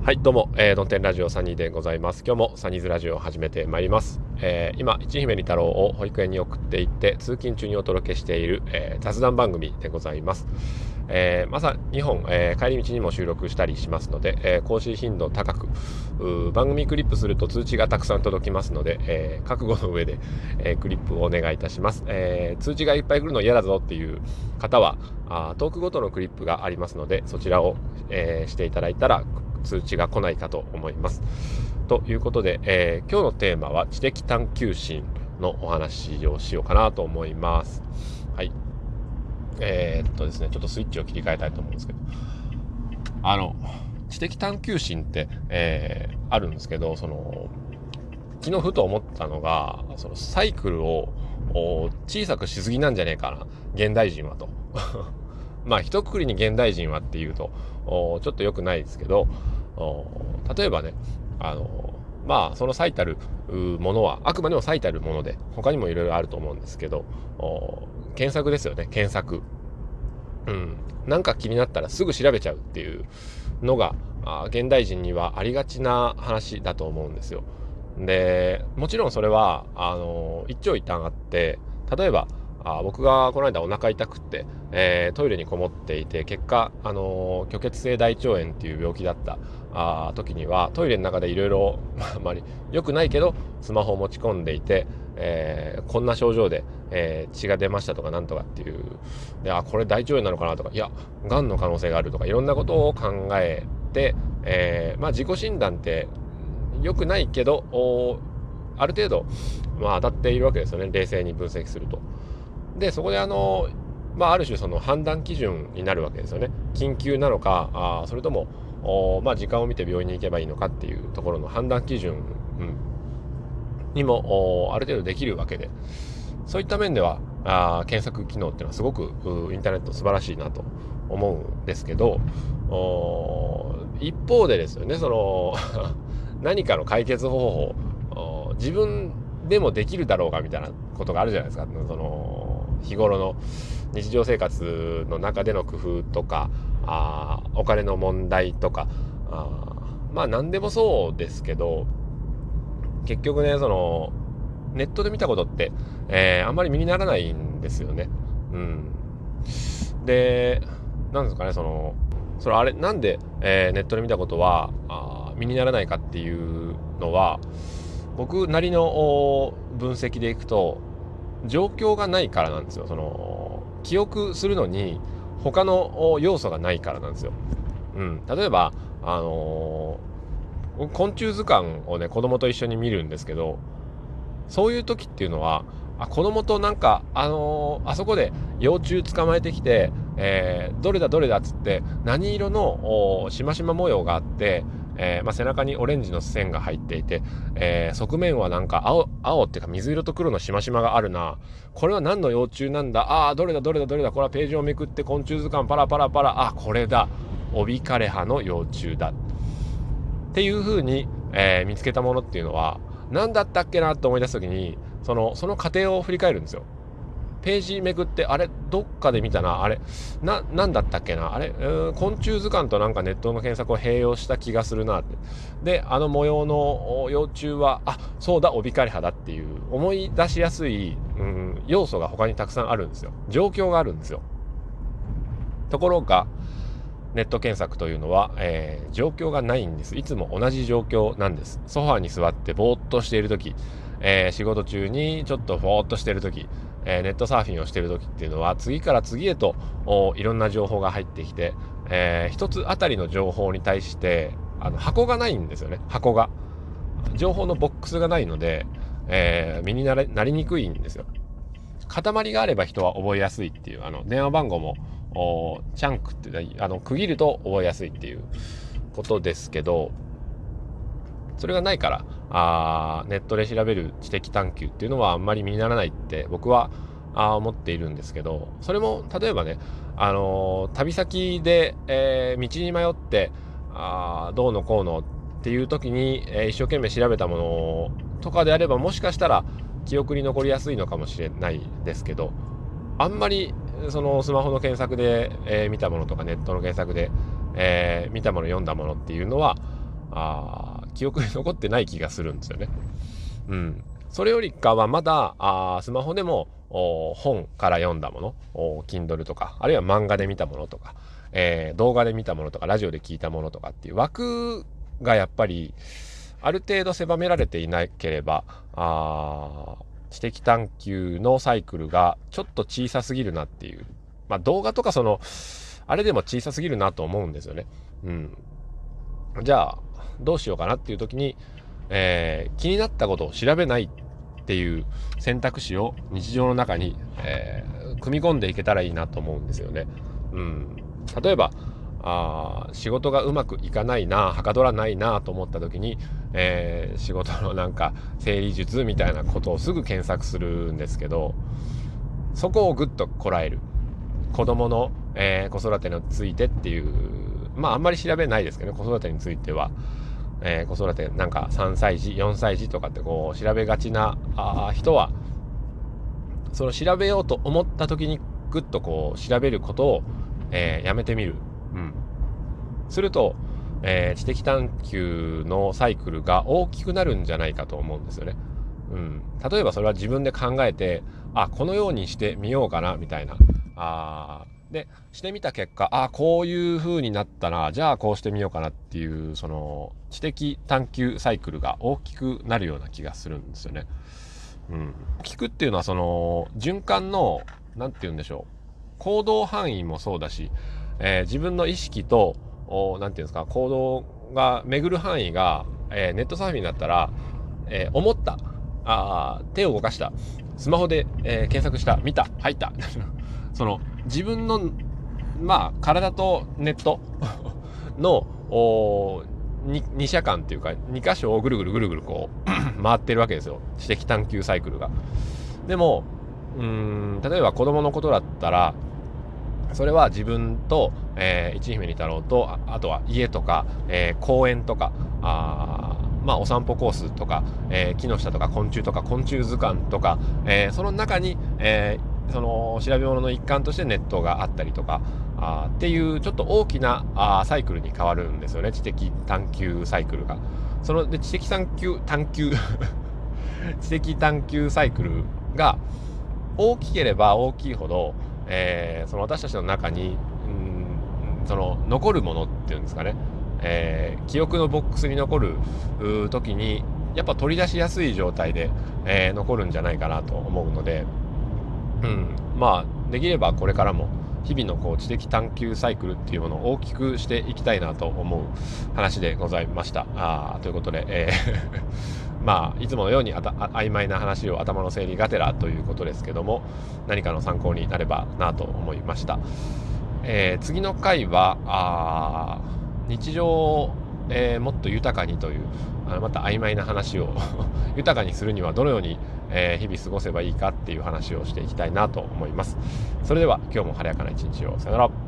はい、どうも、ドンテンラジオサニーでございます。今日もサニーズラジオを始めてまいります。今、一姫二太郎を保育園に送っていって通勤中にお届けしている、雑談番組でございます。まさ2本、帰り道にも収録したりしますので、更新頻度高く番組クリップすると通知がたくさん届きますので、覚悟の上で、クリップをお願いいたします。通知がいっぱい来るの嫌だぞっていう方はトークごとのクリップがありますので、そちらを、していただいたら通知が来ないかと思います。ということで、今日のテーマは知的探求心のお話をしようかなと思います。はい。ですね、ちょっとスイッチを切り替えたいと思うんですけど、知的探求心って、あるんですけど、昨日ふと思ったのが、そのサイクルを小さくしすぎなんじゃねえかな、現代人はと。まあ一括りに現代人はっていうとちょっと良くないですけど、例えばね、まあその最たるものはあくまでも最たるもので、他にもいろいろあると思うんですけど、検索ですよね。検索、なんか気になったらすぐ調べちゃうっていうのが現代人にはありがちな話だと思うんですよ。でもちろんそれは一長一短あって、例えば僕がこの間お腹痛くって、トイレにこもっていて、結果、虚血性大腸炎っていう病気だった時には、トイレの中でいろいろあまり良くないけどスマホを持ち込んでいて、こんな症状で、血が出ましたとかなんとかっていうで、これ大腸炎なのかなとか、いやがんの可能性があるとか、いろんなことを考えて、まあ自己診断って良くないけどある程度、まあ、当たっているわけですよね、冷静に分析すると。でそこでまあ、ある種その判断基準になるわけですよね。緊急なのかそれともまあ、時間を見て病院に行けばいいのかっていうところの判断基準、にもある程度できるわけで、そういった面では検索機能っていうのはすごくインターネット素晴らしいなと思うんですけど、一方でですよね、何かの解決方法自分でもできるだろうかみたいなことがあるじゃないですか。日頃の日常生活の中での工夫とかお金の問題とかまあ何でもそうですけど、結局ね、ネットで見たことって、あんまり身にならないんですよね。で、なんですかね、あれなんで、ネットで見たことは身にならないかっていうのは、僕なりの分析でいくと、状況がないからなんですよ。記憶するのに他の要素がないからなんですよ。例えば昆虫図鑑をね、子供と一緒に見るんですけど、そういう時っていうのは子供となんかあそこで幼虫捕まえてきて、どれだどれだっつって何色のしましま模様があって、まあ、背中にオレンジの線が入っていて、側面はなんか青っていうか水色と黒のしましまがあるな、これは何の幼虫なんだ、どれだどれだどれだ、これはページをめくって昆虫図鑑パラパラパラ、これだ、オビカレハの幼虫だっていう風に、見つけたものっていうのは何だったっけなと思い出す時に、その過程を振り返るんですよ。ページめくって、あれどっかで見たな、あれなんだったっけな、あれ昆虫図鑑となんかネットの検索を併用した気がするなって。で模様の幼虫はそうだ、オビカレハだっていう思い出しやすい、要素が他にたくさんあるんですよ。状況があるんですよ。ところがネット検索というのは、状況がないんです。いつも同じ状況なんです。ソファーに座ってぼーっとしている時、仕事中にちょっとぼーっとしている時、ネットサーフィンをしている時っていうのは、次から次へといろんな情報が入ってきて、一つあたりの情報に対して箱がないんですよね。情報のボックスがないので、身になりにくいんですよ。塊があれば人は覚えやすいっていう、電話番号もチャンクって区切ると覚えやすいっていうことですけど、それがないからネットで調べる知的探求っていうのはあんまり身にならないって僕は思っているんですけど、それも例えばね、旅先で、道に迷ってどうのこうのっていう時に、一生懸命調べたものとかであれば、もしかしたら記憶に残りやすいのかもしれないですけど、あんまりスマホの検索で、見たものとかネットの検索で、見たもの読んだものっていうのは記憶に残ってない気がするんですよね。それよりかはまだスマホでも本から読んだもの、Kindle とか、あるいは漫画で見たものとか、動画で見たものとか、ラジオで聞いたものとかっていう枠がやっぱりある程度狭められていなければ、知的探求のサイクルがちょっと小さすぎるなっていう。動画とかあれでも小さすぎるなと思うんですよね。じゃあ、どうしようかなっていう時に、気になったことを調べないっていう選択肢を日常の中に、組み込んでいけたらいいなと思うんですよね。例えば仕事がうまくいかないな、はかどらないなと思った時に、仕事のなんか整理術みたいなことをすぐ検索するんですけど、そこをぐっとこらえる。子供の、子育てについてっていう、あんまり調べないですけどね、子育てについては。子育てなんか3歳児4歳児とかってこう調べがちな人は、その調べようと思った時にぐっとこう調べることを、やめてみる。すると、知的探求のサイクルが大きくなるんじゃないかと思うんですよね。例えばそれは自分で考えて、このようにしてみようかなみたいな。でしてみた結果、こういう風になったな、じゃあこうしてみようかなっていう、その知的探求サイクルが大きくなるような気がするんですよね。聞くっていうのはその循環のなんて言うんでしょう、行動範囲もそうだし、自分の意識となんていうんですか、行動が巡る範囲が、ネットサーフィンだったら、思った手を動かした、スマホで、検索した、見た、入ったその自分の体とネットの2車間っていうか2箇所をぐるぐるぐるぐるこう回ってるわけですよ、知的探求サイクルが。でも例えば子供のことだったら、それは自分と、一姫二太郎と あとは家とか、公園とかお散歩コースとか、木の下とか昆虫とか昆虫図鑑とか、その中に、その調べ物の一環としてネットがあったりとかっていうちょっと大きなサイクルに変わるんですよね、知的探求サイクルが。そので知的探求知的探求サイクルが大きければ大きいほど、その私たちの中にその残るものっていうんですかね、記憶のボックスに残る時にやっぱ取り出しやすい状態で、残るんじゃないかなと思うので、できればこれからも日々のこう知的探求サイクルっていうものを大きくしていきたいなと思う話でございました。ということで、いつものように曖昧な話を頭の整理がてらということですけども、何かの参考になればなと思いました。次の回は日常を、もっと豊かにというまた曖昧な話を豊かにするにはどのように、日々過ごせばいいかっていう話をしていきたいなと思います。それでは今日も晴れやかな一日を。さよなら。